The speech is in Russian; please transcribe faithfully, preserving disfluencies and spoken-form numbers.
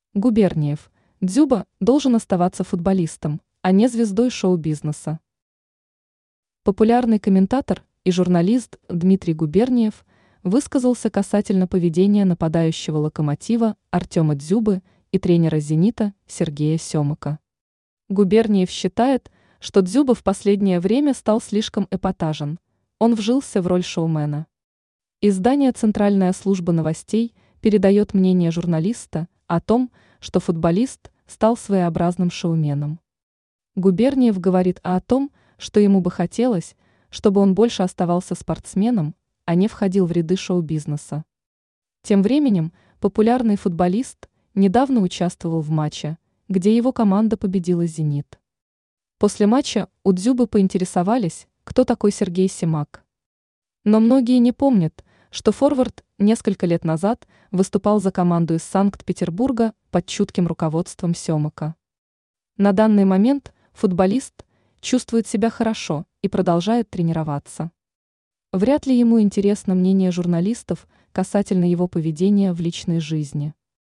Губерниев. Дзюба должен оставаться футболистом, а не звездой шоу-бизнеса. Популярный комментатор и журналист Дмитрий Губерниев высказался касательно поведения нападающего «Локомотива» Артема Дзюбы и тренера «Зенита» Сергея Семака. Губерниев считает, что Дзюба в последнее время стал слишком эпатажен, он вжился в роль шоумена. Издание «Центральная служба новостей» передает мнение журналиста о том, что футболист стал своеобразным шоуменом. Губерниев говорит о том, что ему бы хотелось, чтобы он больше оставался спортсменом, а не входил в ряды шоу-бизнеса. Тем временем популярный футболист недавно участвовал в матче, где его команда победила «Зенит». После матча у Дзюбы поинтересовались, кто такой Сергей Семак. Но многие не помнят, что форвард несколько лет назад выступал за команду из Санкт-Петербурга под чутким руководством Семака. На данный момент футболист чувствует себя хорошо и продолжает тренироваться. Вряд ли ему интересно мнение журналистов касательно его поведения в личной жизни.